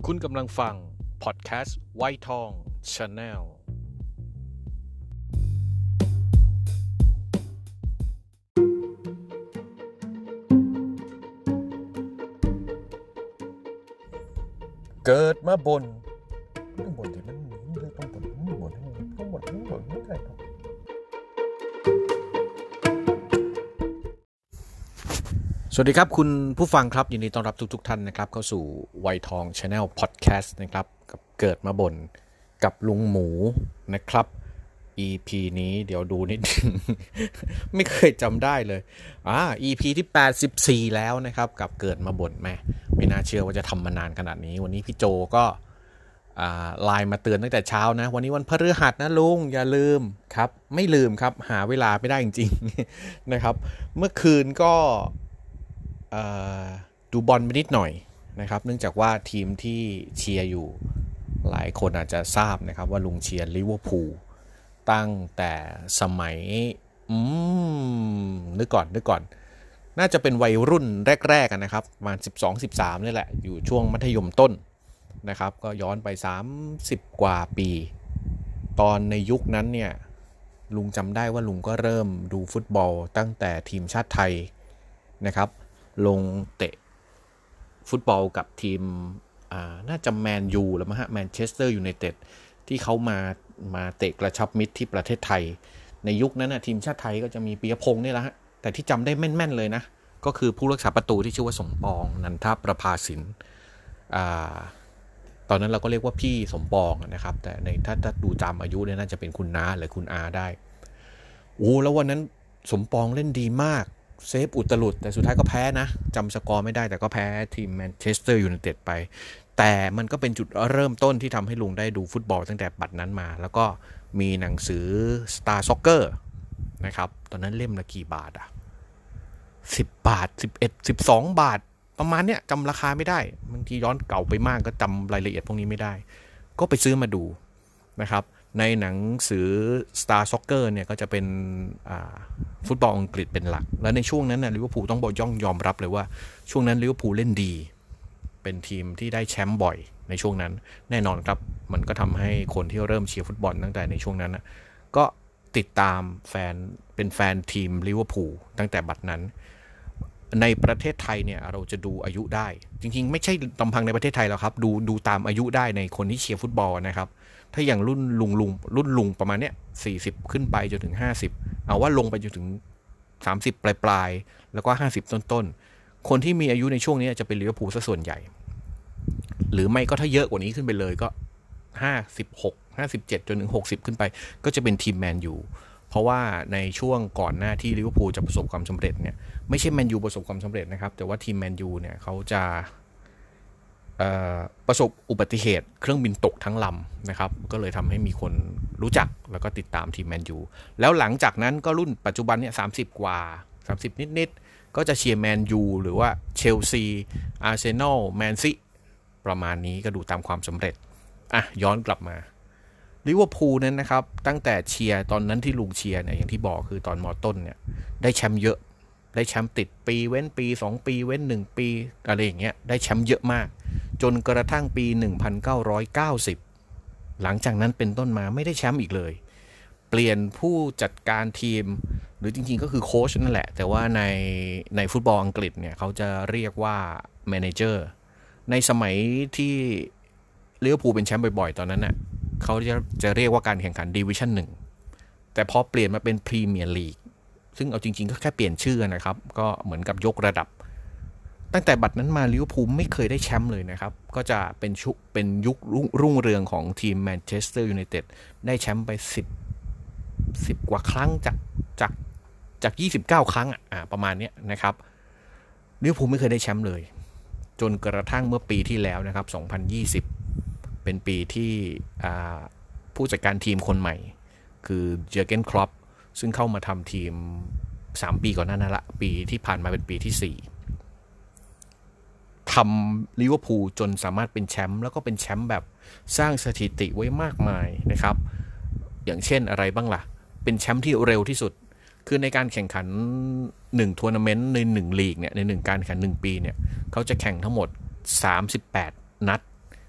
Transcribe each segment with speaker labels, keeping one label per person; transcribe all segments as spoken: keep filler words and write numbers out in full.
Speaker 1: คุณกำลังฟังพอดแคสต์ไวท์ทอง Channel เกิดมาบนต้องบนที่มันต้องบนต้องบนต้องบนต้องบนไม่ได้ครับสวัสดีครับคุณผู้ฟังครับยินดีต้อนรับทุกๆท่านนะครับเข้าสู่ไวท์ทอง Channel Podcast นะครับกับเกิดมาบนกับลุงหมูนะครับ อี พี นี้เดี๋ยวดูนิดนึง ไม่เคยจำได้เลยอ่า อี พี ที่แปดสิบสี่แล้วนะครับกับเกิดมาบ่นแม่ไม่น่าเชื่อว่าจะทำมานานขนาดนี้วันนี้พี่โจก็อ่าไลน์มาเตือนตั้งแต่เช้านะวันนี้วันพฤหัสนะลุงอย่าลืมครับไม่ลืมครับหาเวลาไม่ได้จริงๆ นะครับเมื่อคืนก็ดูบอลไปนิดหน่อยนะครับเนื่องจากว่าทีมที่เชียร์อยู่หลายคนอาจจะทราบนะครับว่าลุงเชียร์ลิเวอร์พูลตั้งแต่สมัยอืมนึกก่อนนึกก่อนน่าจะเป็นวัยรุ่นแรกๆกันนะครับประมาณสิบสอง สิบสามนี่แหละอยู่ช่วงมัธยมต้นนะครับก็ย้อนไปสามสิบกว่าปีตอนในยุคนั้นเนี่ยลุงจำได้ว่าลุงก็เริ่มดูฟุตบอลตั้งแต่ทีมชาติไทยนะครับลงเตะฟุตบอลกับทีมอ่าน่าจะแมนยูหรือมั้งฮะแมนเชสเตอร์ยูไนเต็ดที่เขามามาเตะกระชับมิตรที่ประเทศไทยในยุคนั้นนะทีมชาติไทยก็จะมีปิยพงษ์นี่แหละฮะแต่ที่จำได้แม่นๆเลยนะก็คือผู้รักษาประตูที่ชื่อว่าสมปองนันทประภาสินอ่าตอนนั้นเราก็เรียกว่าพี่สมปองนะครับแต่ในถ้าถ้าดูจำอายุเนี่ยน่าจะเป็นคุณน้าหรือคุณอาได้โอ้แล้ววันนั้นสมปองเล่นดีมากเซฟอุตลุดแต่สุดท้ายก็แพ้นะจำสกอร์ไม่ได้แต่ก็แพ้ทีมแมนเชสเตอร์ยูไนเต็ดไปแต่มันก็เป็นจุดเริ่มต้นที่ทำให้ลุงได้ดูฟุตบอลตั้งแต่บัดนั้นมาแล้วก็มีหนังสือ Star Soccer นะครับตอนนั้นเล่มละกี่บาทอ่ะสิบบาทสิบเอ็ด สิบสองบาทประมาณเนี้ยจำราคาไม่ได้บางทีย้อนเก่าไปมากก็จำรายละเอียดพวกนี้ไม่ได้ก็ไปซื้อมาดูนะครับในหนังสือ Star Soccer เนี่ยก็จะเป็นฟุตบอลอังกฤษเป็นหลักและในช่วงนั้นนะลิเวอร์พูลต้องบอกย่องยอมรับเลยว่าช่วงนั้นลิเวอร์พูลเล่นดีเป็นทีมที่ได้แชมป์บ่อยในช่วงนั้นแน่นอนครับมันก็ทำให้คนที่เริ่มเชียร์ฟุตบอลตั้งแต่ในช่วงนั้นนะก็ติดตามแฟนเป็นแฟนทีมลิเวอร์พูลตั้งแต่บัดนั้นในประเทศไทยเนี่ยเราจะดูอายุได้จริงๆไม่ใช่ลำพังในประเทศไทยหรอกครับดูดูตามอายุได้ในคนที่เชียร์ฟุตบอลนะครับถ้าอย่างรุ่นลุงลุงรุ่นลุงประมาณเนี้ยสี่สิบขึ้นไปจนถึงห้าสิบเอาว่าลงไปจนถึงสามสิบปลายๆแล้วก็ห้าสิบต้นๆคนที่มีอายุในช่วงนี้จะเป็นลิเวอร์พูลซะส่วนใหญ่หรือไม่ก็ถ้าเยอะกว่านี้ขึ้นไปเลยก็ห้าสิบหก ห้าสิบเจ็ดจนถึงหกสิบขึ้นไปก็จะเป็นทีมแมนยูเพราะว่าในช่วงก่อนหน้าที่ลิเวอร์พูลจะประสบความสำเร็จเนี่ยไม่ใช่แมนยูประสบความสำเร็จนะครับแต่ว่าทีมแมนยูเนี่ยเขาจะประสบอุบัติเหตุเครื่องบินตกทั้งลำนะครับก็เลยทำให้มีคนรู้จักแล้วก็ติดตามทีมแมนยูแล้วหลังจากนั้นก็รุ่นปัจจุบันเนี่ยสามสิบกว่าสามสิบนิดๆก็จะเชียร์แมนยูหรือว่าเชลซีอาร์เซนอลแมนซีประมาณนี้ก็ดูตามความสำเร็จอ่ะย้อนกลับมาลิเวอร์พูลนั้นนะครับตั้งแต่เชียร์ตอนนั้นที่ลุงเชียร์เนี่ยอย่างที่บอกคือตอนม.ต้นเนี่ยได้แชมป์เยอะได้แชมป์ติดปีเว้นปีสองปีเว้นหนึ่งปีอะไรอย่างเงี้ยได้แชมป์เยอะมากจนกระทั่งปีหนึ่งพันเก้าร้อยเก้าสิบหลังจากนั้นเป็นต้นมาไม่ได้แชมป์อีกเลยเปลี่ยนผู้จัดการทีมหรือจริงๆก็คือโค้ชนั่นแหละแต่ว่าในในฟุตบอลอังกฤษเนี่ยเขาจะเรียกว่าแมเนเจอร์ในสมัยที่ลิเวอร์พูลเป็นแชมป์บ่อยๆตอนนั้นน่ะเขาจะจะเรียกว่าการแข่งขันดิวิชั่นหนึ่งแต่พอเปลี่ยนมาเป็นพรีเมียร์ลีกซึ่งเอาจริงๆก็แค่เปลี่ยนชื่อนะครับก็เหมือนกับยกระดับตั้งแต่บัดนั้นมาลิเวอร์พูลไม่เคยได้แชมป์เลยนะครับก็จะเป็นชุเป็นยุครุ่งเรืองของทีมแมนเชสเตอร์ยูไนเต็ดได้แชมป์ไปสิบ สิบกว่าครั้งจากจากจากยี่สิบเก้าครั้งอ่ะประมาณนี้นะครับลิเวอร์พูลไม่เคยได้แชมป์เลยจนกระทั่งเมื่อปีที่แล้วนะครับสองพันยี่สิบเป็นปีที่ผู้จัดการทีมคนใหม่คือเจอร์เกนคล็อปซึ่งเข้ามาทำทีมสามปีก่อนหน้านั้นละปีที่ผ่านมาเป็นปีที่สี่ทำลิเวอร์พูลจนสามารถเป็นแชมป์แล้วก็เป็นแชมป์แบบสร้างสถิติไว้มากมายนะครับอย่างเช่นอะไรบ้างล่ะเป็นแชมป์ที่เร็วที่สุดคือในการแข่งขันหนึ่งทัวร์นาเมนต์ในหนึ่งลีกเนี่ยในหนึ่งการแข่งขันหนึ่งปีเนี่ยเขาจะแข่งทั้งหมดสามสิบแปดนัด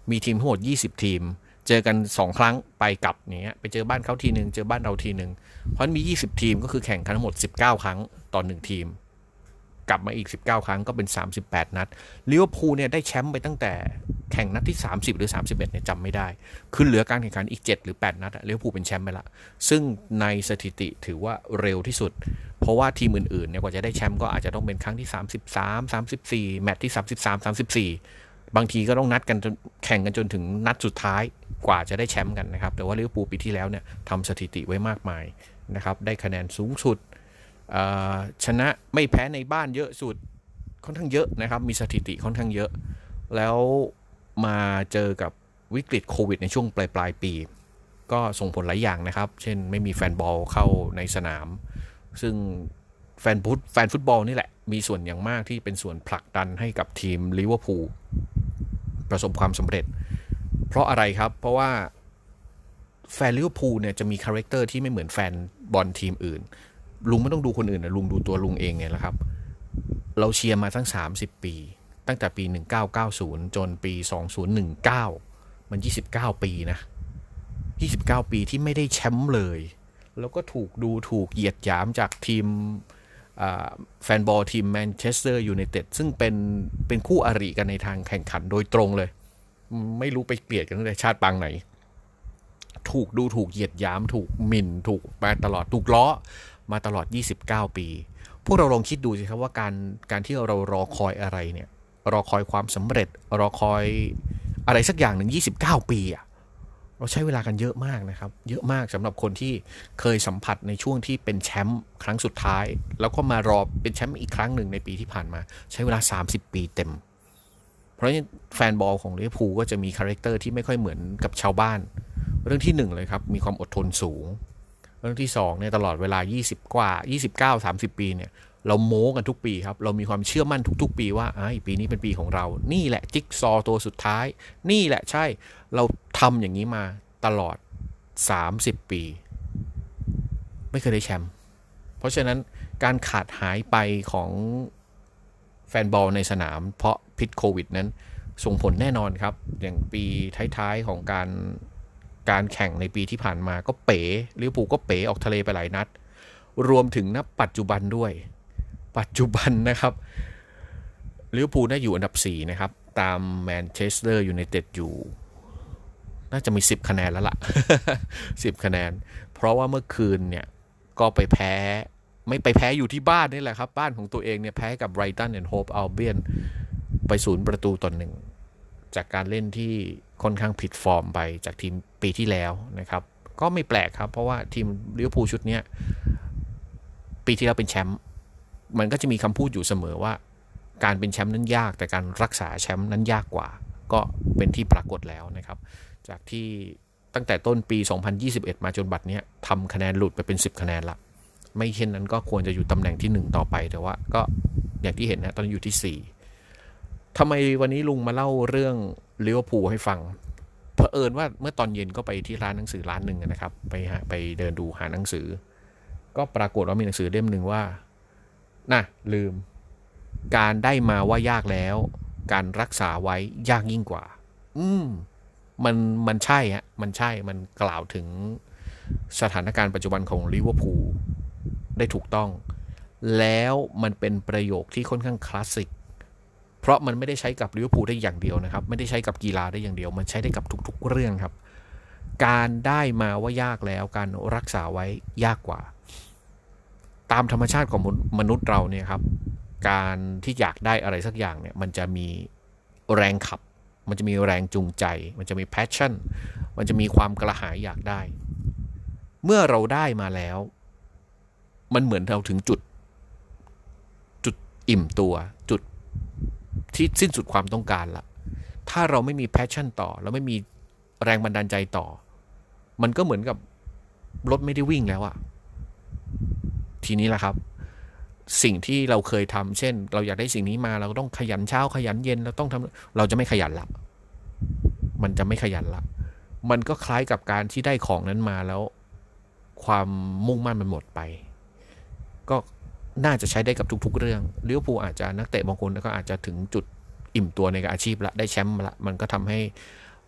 Speaker 1: มีทีมทั้งหมดยี่สิบทีมเจอกันสองครั้งไปกลับเนี้ยไปเจอบ้านเขาทีนึงเจอบ้านเราทีนึงเพราะมียี่สิบทีมก็คือแข่งกันทั้งหมดสิบเก้าครั้งต่อหนึ่งทีมกลับมาอีกสิบเก้าครั้งก็เป็นสามสิบแปดนัดลิเวอร์พูลเนี่ยได้แชมป์ไปตั้งแต่แข่งนัดที่สามสิบหรือสามสิบเอ็ดเนี่ยจำไม่ได้คือเหลือการแข่งขันอีกเจ็ดหรือแปดนัดลิเวอร์พูลเป็นแชมป์ไปละซึ่งในสถิติถือว่าเร็วที่สุดเพราะว่าทีมอื่นๆเนี่ยกว่าจะได้แชมป์ก็อาจจะต้องเป็นครั้งที่สามสิบสาม สามสิบสี่แมตช์ที่สามสิบสาม สามสิบสี่บางทีก็ต้องนัดกันจนแข่งกันจนถึงนัดสุดท้ายกว่าจะได้แชมป์กันนะครับแต่ว่าลิเวอร์พูลปีที่แล้วเนี่ยทำสถิติไว้มากมายนะครับได้คะแนนสูงสุดชนะไม่แพ้ในบ้านเยอะสุดค่อนข้างเยอะนะครับมีสถิติค่อนข้างเยอะแล้วมาเจอกับวิกฤตโควิดในช่วงปลายปลายปีก็ส่งผลหลายอย่างนะครับเช่นไม่มีแฟนบอลเข้าในสนามซึ่งแฟนฟุตแฟนฟุตบอลนี่แหละมีส่วนอย่างมากที่เป็นส่วนผลักดันให้กับทีมลิเวอร์พูลประสบความสำเร็จเพราะอะไรครับเพราะว่าแฟนลิเวอร์พูลเนี่ยจะมีคาแรคเตอร์ที่ไม่เหมือนแฟนบอลทีมอื่นลุงไม่ต้องดูคนอื่นนะลุงดูตัวลุงเองเนี่ยแหละครับเราเชียร์มาตั้งสามสิบปีตั้งแต่ปีหนึ่งพันเก้าร้อยเก้าสิบจนปีสองพันสิบเก้ามันยี่สิบเก้าปีนะยี่สิบเก้าปีที่ไม่ได้แชมป์เลยแล้วก็ถูกดูถูกเหยียดหยามจากทีมแฟนบอลทีมแมนเชสเตอร์ยูไนเต็ดซึ่งเป็นเป็นคู่อริกันในทางแข่งขันโดยตรงเลยไม่รู้ไปเกลียดกันตั้งแต่ชาติปางไหนถูกดูถูกเหยียดหยามถูกหมิ่นถูกมาตลอดถูกล้อมาตลอดยี่สิบเก้าปีพวกเราลองคิดดูสิครับว่าการการที่เรารอคอยอะไรเนี่ยรอคอยความสำเร็จรอคอยอะไรสักอย่างหนึ่งยี่สิบเก้าปีอะเราใช้เวลากันเยอะมากนะครับเยอะมากสำหรับคนที่เคยสัมผัสในช่วงที่เป็นแชมป์ครั้งสุดท้ายแล้วก็มารอเป็นแชมป์อีกครั้งหนึ่งในปีที่ผ่านมาใช้เวลาสามสิบปีเต็มเพราะฉะนั้นแฟนบอลของลิเวอร์พูลก็จะมีคาแรคเตอร์ที่ไม่ค่อยเหมือนกับชาวบ้านเรื่องที่หนึ่งเลยครับมีความอดทนสูงเรื่องที่สองเนี่ยตลอดเวลายี่สิบกว่ายี่สิบเก้า สามสิบปีเนี่ยเราโม้กันทุกปีครับเรามีความเชื่อมั่นทุกๆปีว่าไอ้ปีนี้เป็นปีของเรานี่แหละจิ๊กซอตัวสุดท้ายนี่แหละใช่เราทำอย่างนี้มาตลอดสามสิบปีไม่เคยได้แชมป์เพราะฉะนั้นการขาดหายไปของแฟนบอลในสนามเพราะพิษโควิดนั้นส่งผลแน่นอนครับอย่างปีท้ายๆของการการแข่งในปีที่ผ่านมาก็เป๋ลิเวอร์พูลก็เป๋ออกทะเลไปหลายนัดรวมถึงณปัจจุบันด้วยปัจจุบันนะครับลิเวอร์พูลได้อยู่อันดับสี่นะครับตามแมนเชสเตอร์ยูไนเต็ดอยู่น่าจะมีสิบคะแนนแล้วล่ะ สิบคะแนนเพราะว่าเมื่อคืนเนี่ยก็ไปแพ้ไม่ไปแพ้อยู่ที่บ้านนี่แหละครับบ้านของตัวเองเนี่ยแพ้กับ Brighton and Hove Albion ไปศูนย์ประตูต่อหนึ่งจากการเล่นที่ค่อนข้างผิดฟอร์มไปจากทีมปีที่แล้วนะครับก็ไม่แปลกครับเพราะว่าทีมลิเวอร์พูลชุดนี้ปีที่แล้วเป็นแชมป์มันก็จะมีคำพูดอยู่เสมอว่าการเป็นแชมป์นั้นยากแต่การรักษาแชมป์นั้นยากกว่าก็เป็นที่ปรากฏแล้วนะครับจากที่ตั้งแต่ต้นปีสองพันยี่สิบเอ็ดมาจนบัดนี้ทำคะแนนหลุดไปเป็นสิบคะแนนละไม่เช่นนั้นก็ควรจะอยู่ตำแหน่งที่หนึ่งต่อไปแต่ว่าก็อย่างที่เห็นนะตอนนี้อยู่ที่สี่ทำไมวันนี้ลุงมาเล่าเรื่องลิเวอร์พูลให้ฟังเผอิญว่าเมื่อตอนเย็นก็ไปที่ร้านหนังสือร้านหนึ่งนะครับไปหาไปเดินดูหาหนังสือก็ปรากฏว่ามีหนังสือเล่มหนึ่งว่าน่ะลืมการได้มาว่ายากแล้วการรักษาไว้ยากยิ่งกว่าอืมมันมันใช่ฮะมันใช่มันกล่าวถึงสถานการณ์ปัจจุบันของลิเวอร์พูลได้ถูกต้องแล้วมันเป็นประโยคที่ค่อนข้างคลาสสิกเพราะมันไม่ได้ใช้กับลิเวอร์พูลได้อย่างเดียวนะครับไม่ได้ใช้กับกีฬาได้อย่างเดียวมันใช้ได้กับทุกๆเรื่องครับการได้มาว่ายากแล้วการรักษาไว้ยากกว่าตามธรรมชาติของมนุษย์เราเนี่ยครับการที่อยากได้อะไรสักอย่างเนี่ยมันจะมีแรงขับมันจะมีแรงจูงใจมันจะมี passion มันจะมีความกระหายอยากได้เมื่อเราได้มาแล้วมันเหมือนเราถึงจุดจุดอิ่มตัวจุดที่สิ้นสุดความต้องการละถ้าเราไม่มี passion ต่อแล้วไม่มีแรงบันดาลใจต่อมันก็เหมือนกับรถไม่ได้วิ่งแล้วอะทีนี้แหละครับสิ่งที่เราเคยทำเช่นเราอยากได้สิ่งนี้มาเราต้องขยันเช้าขยันเย็นเราต้องทำเราจะไม่ขยันละมันจะไม่ขยันละมันก็คล้ายกับการที่ได้ของนั้นมาแล้วความมุ่งมั่นมันหมดไปก็น่าจะใช้ได้กับทุกๆเรื่องลิเวอร์พูลอาจจะนักเตะบางคนก็อาจจะถึงจุดอิ่มตัวในอาชีพละได้แชมป์ละมันก็ทำให้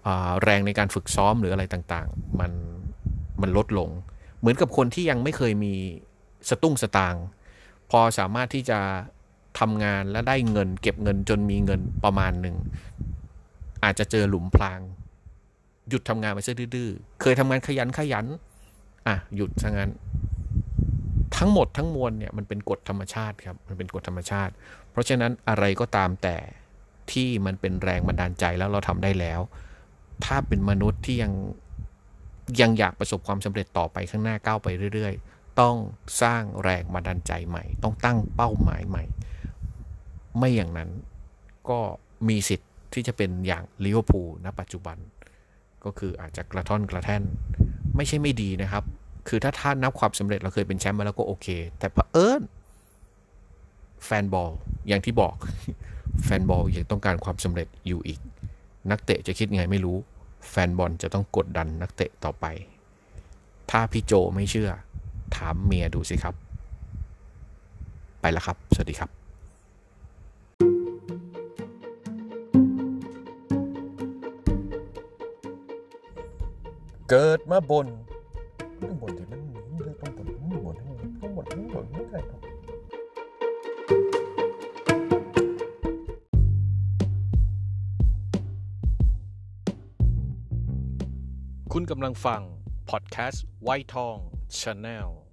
Speaker 1: แรงในการฝึกซ้อมหรืออะไรต่างๆมันมันลดลงเหมือนกับคนที่ยังไม่เคยมีสตุ้งสตางค์พอสามารถที่จะทำงานและได้เงินเก็บเงินจนมีเงินประมาณหนึ่งอาจจะเจอหลุมพรางหยุดทำงานไปซะดื้อๆเคยทำงานขยันขยันอ่ะหยุดซะงั้นทั้งหมดทั้งมวลเนี่ยมันเป็นกฎธรรมชาติครับมันเป็นกฎธรรมชาติเพราะฉะนั้นอะไรก็ตามแต่ที่มันเป็นแรงบันดาลใจแล้วเราทำได้แล้วถ้าเป็นมนุษย์ที่ยังยังอยากประสบความสำเร็จต่อไปข้างหน้าก้าวไปเรื่อยๆต้องสร้างแรงบันดาลใจใหม่ต้องตั้งเป้าหมายใหม่ไม่อย่างนั้นก็มีสิทธิ์ที่จะเป็นอย่างลิเวอร์พูลณปัจจุบันก็คืออาจจะกระท่อนกระแท่นไม่ใช่ไม่ดีนะครับคือถ้าท่านนับความสำเร็จเราเคยเป็นแชมป์มาแล้วก็โอเคแต่เผอิญแฟนบอลอย่างที่บอกแฟนบอลยังต้องการความสำเร็จอยู่อีกนักเตะจะคิดไงไม่รู้แฟนบอลจะต้องกดดันนักเตะต่อไปถ้าพี่โจไม่เชื่อถามเมียดูสิครับไปแล้วครับสวัสดีครับเกิดมาบนต้องบนที่มันต้องบนต้องบนต้องบนต้องบนไม่ใช่ครับคุณกำลังฟังพอดแคสต์ไวท์ทอง Channel